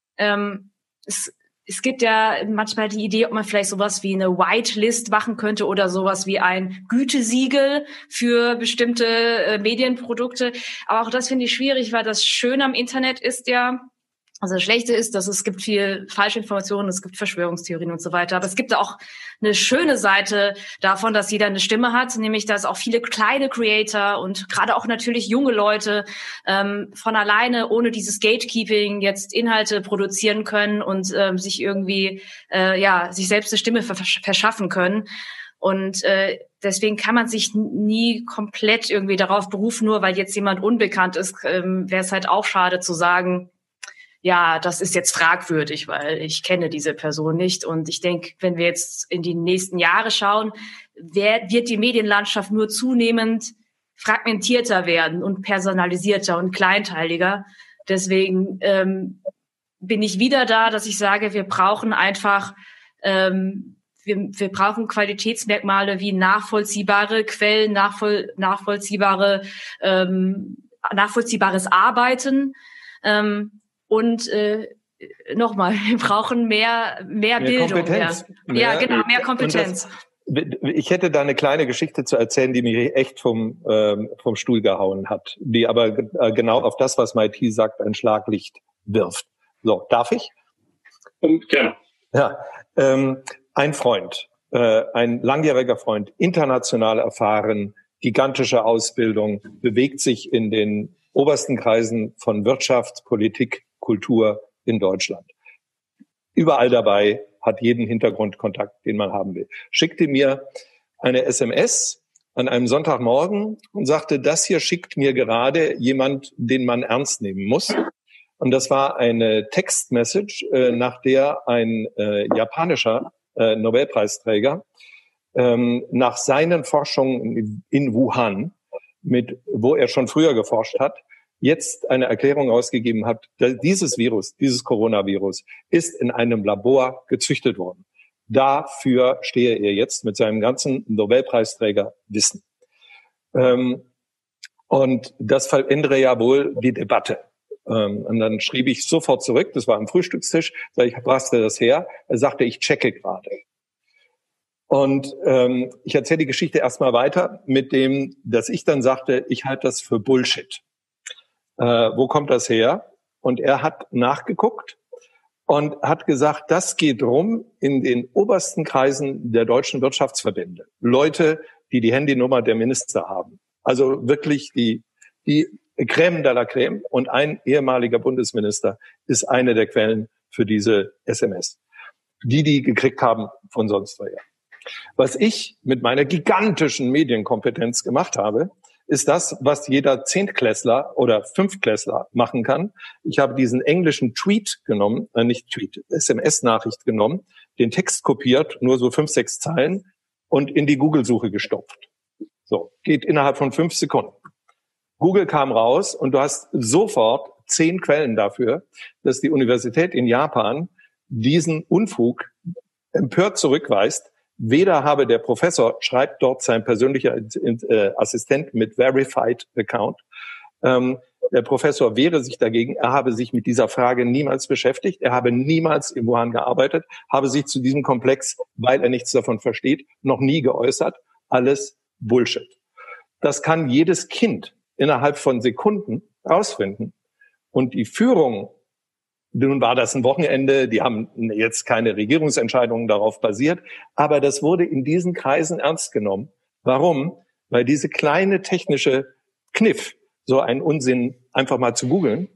es gibt ja manchmal die Idee, ob man vielleicht sowas wie eine Whitelist machen könnte oder sowas wie ein Gütesiegel für bestimmte Medienprodukte. Aber auch das finde ich schwierig, weil das Schöne am Internet ist ja, also das Schlechte ist, dass es gibt viel Falschinformationen, es gibt Verschwörungstheorien und so weiter. Aber es gibt auch eine schöne Seite davon, dass jeder eine Stimme hat, nämlich dass auch viele kleine Creator und gerade auch natürlich junge Leute von alleine ohne dieses Gatekeeping jetzt Inhalte produzieren können und sich irgendwie sich selbst eine Stimme verschaffen können. Und deswegen kann man sich nie komplett irgendwie darauf berufen, nur weil jetzt jemand unbekannt ist, wäre es halt auch schade zu sagen, ja, das ist jetzt fragwürdig, weil ich kenne diese Person nicht. Und ich denke, wenn wir jetzt in die nächsten Jahre schauen, wird die Medienlandschaft nur zunehmend fragmentierter werden und personalisierter und kleinteiliger. Deswegen bin ich wieder da, dass ich sage, wir brauchen einfach, wir brauchen Qualitätsmerkmale wie nachvollziehbare Quellen, nachvollziehbares Arbeiten. Und nochmal, wir brauchen mehr Bildung.
Kompetenz.
Ja, genau, mehr Kompetenz.
Ich hätte da eine kleine Geschichte zu erzählen, die mich echt vom Stuhl gehauen hat, die aber genau auf das, was MIT sagt, ein Schlaglicht wirft. So, darf ich?
Gerne.
Ja, ein Freund, ein langjähriger Freund, international erfahren, gigantische Ausbildung, bewegt sich in den obersten Kreisen von Wirtschaft, Politik, Kultur in Deutschland. Überall dabei, hat jeden Hintergrundkontakt, den man haben will. Schickte mir eine SMS an einem Sonntagmorgen und sagte, das hier schickt mir gerade jemand, den man ernst nehmen muss. Und das war eine Textmessage, nach der ein japanischer Nobelpreisträger nach seinen Forschungen in Wuhan, wo er schon früher geforscht hat, jetzt eine Erklärung ausgegeben hat, dieses Virus, dieses Coronavirus, ist in einem Labor gezüchtet worden. Dafür stehe er jetzt mit seinem ganzen Nobelpreisträgerwissen. Und das verändere ja wohl die Debatte. Und dann schrieb ich sofort zurück, das war am Frühstückstisch, sag ich, brachte das her. Er sagte, ich checke gerade. Und ich erzähle die Geschichte erstmal weiter mit dem, dass ich dann sagte, ich halte das für Bullshit. Wo kommt das her? Und er hat nachgeguckt und hat gesagt, das geht rum in den obersten Kreisen der deutschen Wirtschaftsverbände. Leute, die die Handynummer der Minister haben. Also wirklich die Crème de la Crème. Und ein ehemaliger Bundesminister ist eine der Quellen für diese SMS, die gekriegt haben von sonst woher. Was ich mit meiner gigantischen Medienkompetenz gemacht habe, ist das, was jeder Zehntklässler oder Fünftklässler machen kann. Ich habe diesen englischen Tweet genommen, SMS-Nachricht genommen, den Text kopiert, nur so 5, 6 Zeilen und in die Google-Suche gestopft. So, geht innerhalb von 5 Sekunden. Google kam raus und du hast sofort 10 Quellen dafür, dass die Universität in Japan diesen Unfug empört zurückweist. Weder habe der Professor, schreibt dort sein persönlicher Assistent mit Verified Account, der Professor wehre sich dagegen, er habe sich mit dieser Frage niemals beschäftigt, er habe niemals in Wuhan gearbeitet, habe sich zu diesem Komplex, weil er nichts davon versteht, noch nie geäußert. Alles Bullshit. Das kann jedes Kind innerhalb von Sekunden rausfinden. Und die Führung, nun war das ein Wochenende, die haben jetzt keine Regierungsentscheidungen darauf basiert, aber das wurde in diesen Kreisen ernst genommen. Warum? Weil diese kleine technische Kniff, so ein Unsinn einfach mal zu googeln,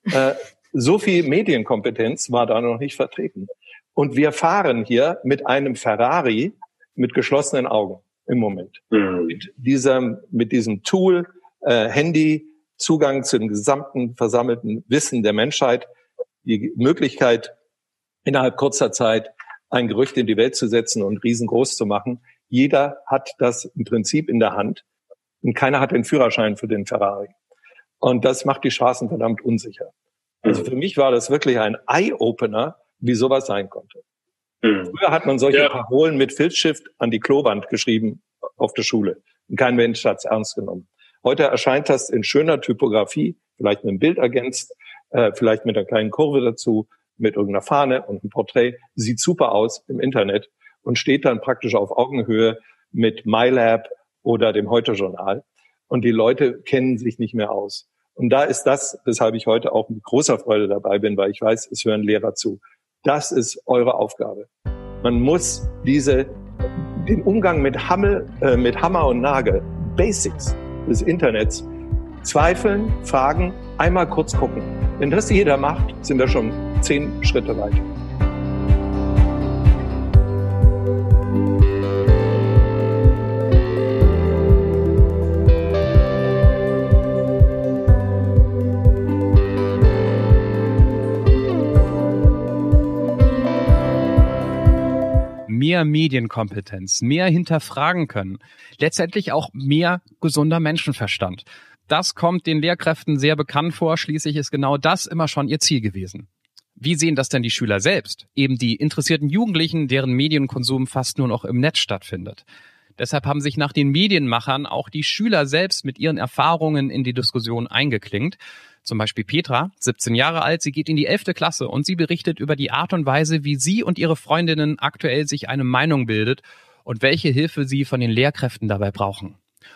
so viel Medienkompetenz war da noch nicht vertreten. Und wir fahren hier mit einem Ferrari mit geschlossenen Augen im Moment. Mit diesem Tool, Handy, Zugang zu dem gesamten versammelten Wissen der Menschheit, die Möglichkeit, innerhalb kurzer Zeit ein Gerücht in die Welt zu setzen und riesengroß zu machen. Jeder hat das im Prinzip in der Hand und keiner hat den Führerschein für den Ferrari. Und das macht die Straßen verdammt unsicher. Also für mich war das wirklich ein Eye-Opener, wie sowas sein konnte. Früher hat man solche Parolen mit Filzstift an die Klowand geschrieben auf der Schule. Und kein Mensch hat es ernst genommen. Heute erscheint das in schöner Typografie, vielleicht mit einem Bild ergänzt, vielleicht mit einer kleinen Kurve dazu, mit irgendeiner Fahne und einem Porträt. Sieht super aus im Internet und steht dann praktisch auf Augenhöhe mit MyLab oder dem Heute-Journal. Und die Leute kennen sich nicht mehr aus. Und da ist das, weshalb ich heute auch mit großer Freude dabei bin, weil ich weiß, es hören Lehrer zu. Das ist eure Aufgabe. Man muss den Umgang mit Hammer und Nagel, Basics des Internets, zweifeln, fragen, einmal kurz gucken. Wenn das jeder macht, sind wir schon 10 Schritte weiter.
Mehr Medienkompetenz, mehr hinterfragen können, letztendlich auch mehr gesunder Menschenverstand. Das kommt den Lehrkräften sehr bekannt vor, schließlich ist genau das immer schon ihr Ziel gewesen. Wie sehen das denn die Schüler selbst? Eben die interessierten Jugendlichen, deren Medienkonsum fast nur noch im Netz stattfindet. Deshalb haben sich nach den Medienmachern auch die Schüler selbst mit ihren Erfahrungen in die Diskussion eingeklinkt. Zum Beispiel Petra, 17 Jahre alt, sie geht in die 11. Klasse und sie berichtet über die Art und Weise, wie sie und ihre Freundinnen aktuell sich eine Meinung bildet und welche Hilfe sie von den Lehrkräften dabei brauchen.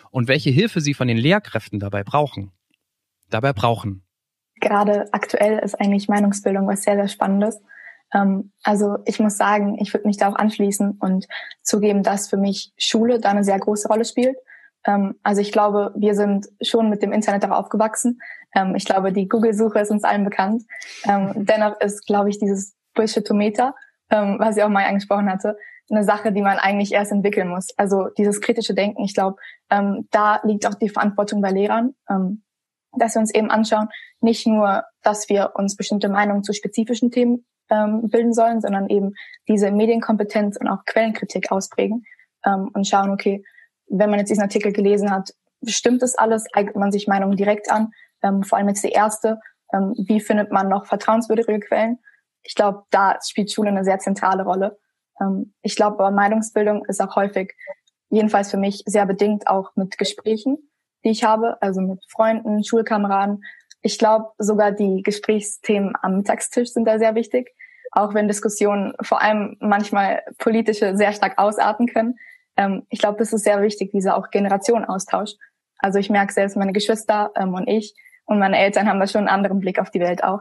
Gerade aktuell ist eigentlich Meinungsbildung was sehr, sehr Spannendes. Also ich muss sagen, ich würde mich da auch anschließen und zugeben, dass für mich Schule da eine sehr große Rolle spielt. Also ich glaube, wir sind schon mit dem Internet auch aufgewachsen. Ich glaube, die Google-Suche ist uns allen bekannt. Dennoch ist, glaube ich, dieses Bullshitometer, was ich auch mal angesprochen hatte, eine Sache, die man eigentlich erst entwickeln muss. Also dieses kritische Denken, ich glaube, da liegt auch die Verantwortung bei Lehrern, dass wir uns eben anschauen, nicht nur, dass wir uns bestimmte Meinungen zu spezifischen Themen bilden sollen, sondern eben diese Medienkompetenz und auch Quellenkritik ausprägen und schauen, okay, wenn man jetzt diesen Artikel gelesen hat, stimmt das alles, eignet man sich Meinungen direkt an, vor allem jetzt die erste, wie findet man noch vertrauenswürdige Quellen? Ich glaube, da spielt Schule eine sehr zentrale Rolle. Ich glaube, aber Meinungsbildung ist auch häufig, jedenfalls für mich, sehr bedingt auch mit Gesprächen, die ich habe, also mit Freunden, Schulkameraden. Ich glaube, sogar die Gesprächsthemen am Mittagstisch sind da sehr wichtig, auch wenn Diskussionen vor allem manchmal politische sehr stark ausarten können. Ich glaube, das ist sehr wichtig, dieser auch Generationenaustausch. Also ich merke selbst, meine Geschwister und ich und meine Eltern haben da schon einen anderen Blick auf die Welt auch.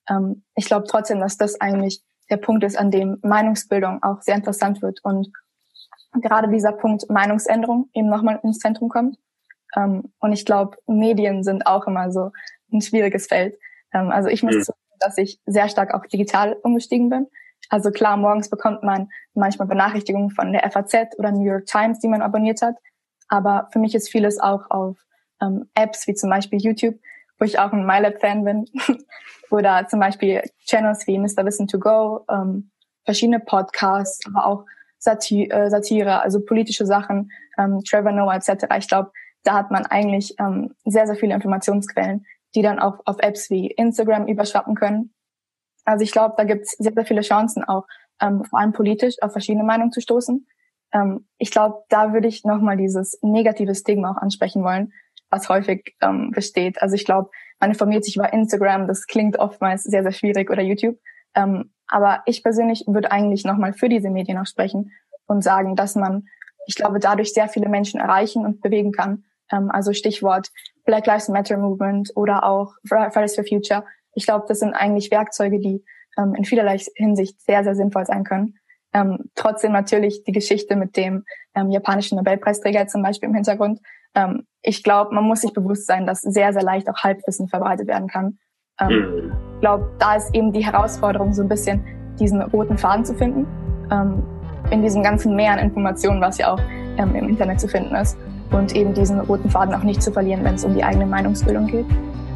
Ich glaube trotzdem, dass das eigentlich der Punkt ist, an dem Meinungsbildung auch sehr interessant wird und gerade dieser Punkt Meinungsänderung eben nochmal ins Zentrum kommt. Und ich glaube, Medien sind auch immer so ein schwieriges Feld. Also ich muss zugeben, dass ich sehr stark auch digital umgestiegen bin. Also klar, morgens bekommt man manchmal Benachrichtigungen von der FAZ oder New York Times, die man abonniert hat. Aber für mich ist vieles auch auf Apps wie zum Beispiel YouTube, wo ich auch ein MyLab-Fan bin. Oder zum Beispiel Channels wie Mr. Wissen to Go, verschiedene Podcasts, aber auch Satire, also politische Sachen, Trevor Noah etc. Ich glaube, da hat man eigentlich sehr, sehr viele Informationsquellen, die dann auch auf Apps wie Instagram überschwappen können. Also ich glaube, da gibt es sehr, sehr viele Chancen auch, vor allem politisch auf verschiedene Meinungen zu stoßen. Ich glaube, da würde ich nochmal dieses negative Stigma auch ansprechen wollen, was häufig besteht. Also ich glaube, man informiert sich über Instagram, das klingt oftmals sehr, sehr schwierig, oder YouTube. Aber ich persönlich würde eigentlich nochmal für diese Medien auch sprechen und sagen, dass man, ich glaube, dadurch sehr viele Menschen erreichen und bewegen kann. Also Stichwort Black Lives Matter Movement oder auch Fridays for Future. Ich glaube, das sind eigentlich Werkzeuge, die in vielerlei Hinsicht sehr, sehr sinnvoll sein können. Trotzdem natürlich die Geschichte mit dem japanischen Nobelpreisträger zum Beispiel im Hintergrund. Ich glaube, man muss sich bewusst sein, dass sehr, sehr leicht auch Halbwissen verbreitet werden kann. Ich glaube, da ist eben die Herausforderung, so ein bisschen diesen roten Faden zu finden, in diesem ganzen Meer an Informationen, was ja auch im Internet zu finden ist, und eben diesen roten Faden auch nicht zu verlieren, wenn es um die eigene Meinungsbildung geht.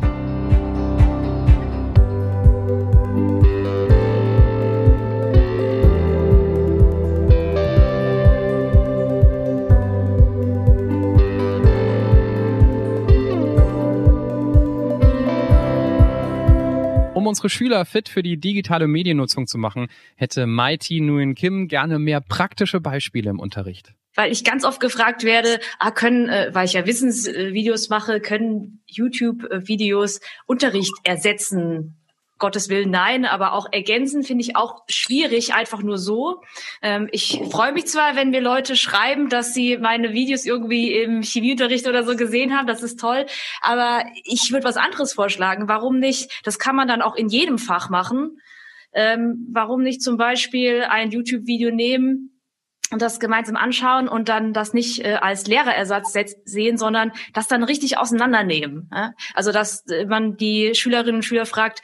Um unsere Schüler fit für die digitale Mediennutzung zu machen, hätte Mighty Nguyen Kim gerne mehr praktische Beispiele im Unterricht.
Weil ich ganz oft gefragt werde, weil ich ja Wissensvideos mache, können YouTube-Videos Unterricht ersetzen? Gottes Willen, nein, aber auch ergänzen finde ich auch schwierig, einfach nur so. Ich freue mich zwar, wenn mir Leute schreiben, dass sie meine Videos irgendwie im Chemieunterricht oder so gesehen haben, das ist toll, aber ich würde was anderes vorschlagen. Warum nicht? Das kann man dann auch in jedem Fach machen. Warum nicht zum Beispiel ein YouTube-Video nehmen und das gemeinsam anschauen und dann das nicht als Lehrerersatz sehen, sondern das dann richtig auseinandernehmen. Ja? Also dass man die Schülerinnen und Schüler fragt,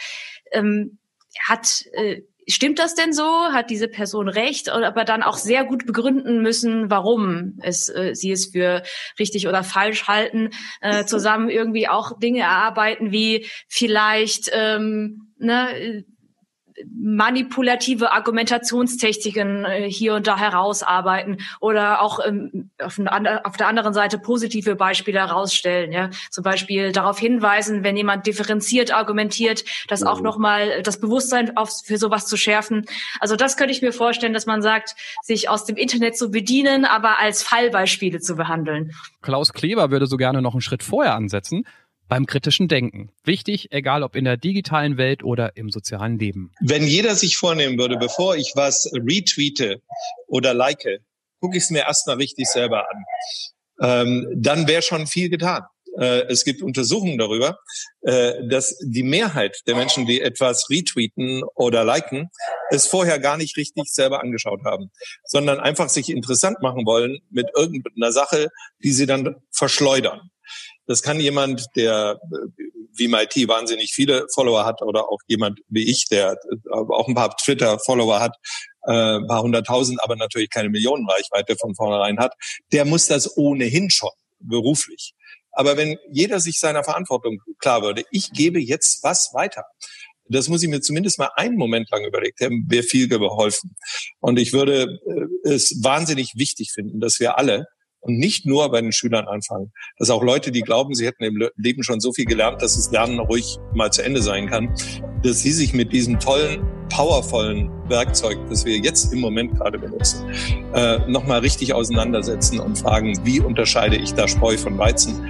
stimmt das denn so? Hat diese Person recht? Oder aber dann auch sehr gut begründen müssen, warum sie es für richtig oder falsch halten. Zusammen irgendwie auch Dinge erarbeiten, wie vielleicht manipulative Argumentationstechniken hier und da herausarbeiten oder auch auf der anderen Seite positive Beispiele herausstellen. Ja? Zum Beispiel darauf hinweisen, wenn jemand differenziert argumentiert, das auch nochmal das Bewusstsein für sowas zu schärfen. Also das könnte ich mir vorstellen, dass man sagt, sich aus dem Internet zu bedienen, aber als Fallbeispiele zu behandeln.
Klaus Kleber würde so gerne noch einen Schritt vorher ansetzen. Beim kritischen Denken. Wichtig, egal ob in der digitalen Welt oder im sozialen Leben.
Wenn jeder sich vornehmen würde, bevor ich was retweete oder like, gucke ich es mir erstmal richtig selber an. Dann wäre schon viel getan. Es gibt Untersuchungen darüber, dass die Mehrheit der Menschen, die etwas retweeten oder liken, es vorher gar nicht richtig selber angeschaut haben, sondern einfach sich interessant machen wollen mit irgendeiner Sache, die sie dann verschleudern. Das kann jemand, der wie Mighty wahnsinnig viele Follower hat, oder auch jemand wie ich, der auch ein paar Twitter-Follower hat, ein paar 100.000, aber natürlich keine Millionenreichweite von vornherein hat, der muss das ohnehin schon beruflich. Aber wenn jeder sich seiner Verantwortung klar würde, ich gebe jetzt was weiter, das muss ich mir zumindest mal einen Moment lang überlegt haben, wäre viel geholfen. Und ich würde es wahnsinnig wichtig finden, dass wir alle, und nicht nur bei den Schülern anfangen, dass auch Leute, die glauben, sie hätten im Leben schon so viel gelernt, dass das Lernen ruhig mal zu Ende sein kann, dass sie sich mit diesem tollen, powervollen Werkzeug, das wir jetzt im Moment gerade benutzen, nochmal richtig auseinandersetzen und fragen, wie unterscheide ich da Spreu von Weizen?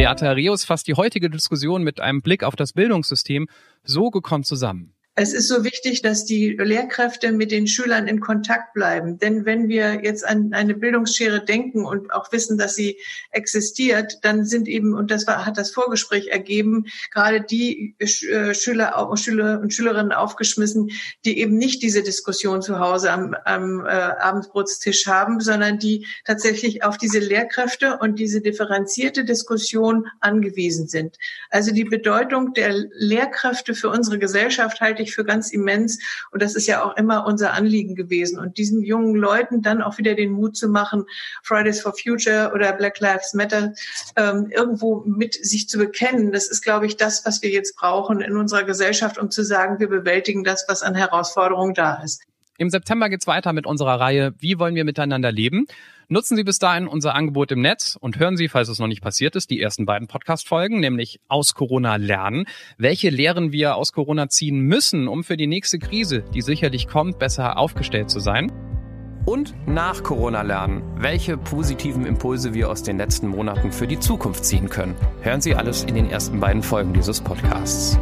Beate Herreus fasst die heutige Diskussion mit einem Blick auf das Bildungssystem so gekonnt zusammen.
Es ist so wichtig, dass die Lehrkräfte mit den Schülern in Kontakt bleiben. Denn wenn wir jetzt an eine Bildungsschere denken und auch wissen, dass sie existiert, dann sind eben, und hat das Vorgespräch ergeben, gerade die Schüler und Schülerinnen aufgeschmissen, die eben nicht diese Diskussion zu Hause am Abendbrotstisch haben, sondern die tatsächlich auf diese Lehrkräfte und diese differenzierte Diskussion angewiesen sind. Also die Bedeutung der Lehrkräfte für unsere Gesellschaft halte ich für ganz immens. Und das ist ja auch immer unser Anliegen gewesen. Und diesen jungen Leuten dann auch wieder den Mut zu machen, Fridays for Future oder Black Lives Matter irgendwo mit sich zu bekennen. Das ist, glaube ich, das, was wir jetzt brauchen in unserer Gesellschaft, um zu sagen, wir bewältigen das, was an Herausforderungen da ist.
Im September geht's weiter mit unserer Reihe Wie wollen wir miteinander leben? Nutzen Sie bis dahin unser Angebot im Netz und hören Sie, falls es noch nicht passiert ist, die ersten beiden Podcast-Folgen, nämlich Aus Corona lernen. Welche Lehren wir aus Corona ziehen müssen, um für die nächste Krise, die sicherlich kommt, besser aufgestellt zu sein? Und nach Corona lernen, welche positiven Impulse wir aus den letzten Monaten für die Zukunft ziehen können. Hören Sie alles in den ersten beiden Folgen dieses Podcasts.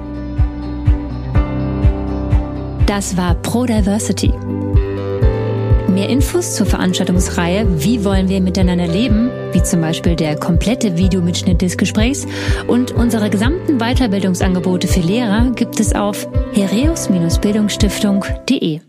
Das war ProDiversity. Mehr Infos zur Veranstaltungsreihe Wie wollen wir miteinander leben, wie zum Beispiel der komplette Videomitschnitt des Gesprächs und unsere gesamten Weiterbildungsangebote für Lehrer gibt es auf hereus-bildungsstiftung.de.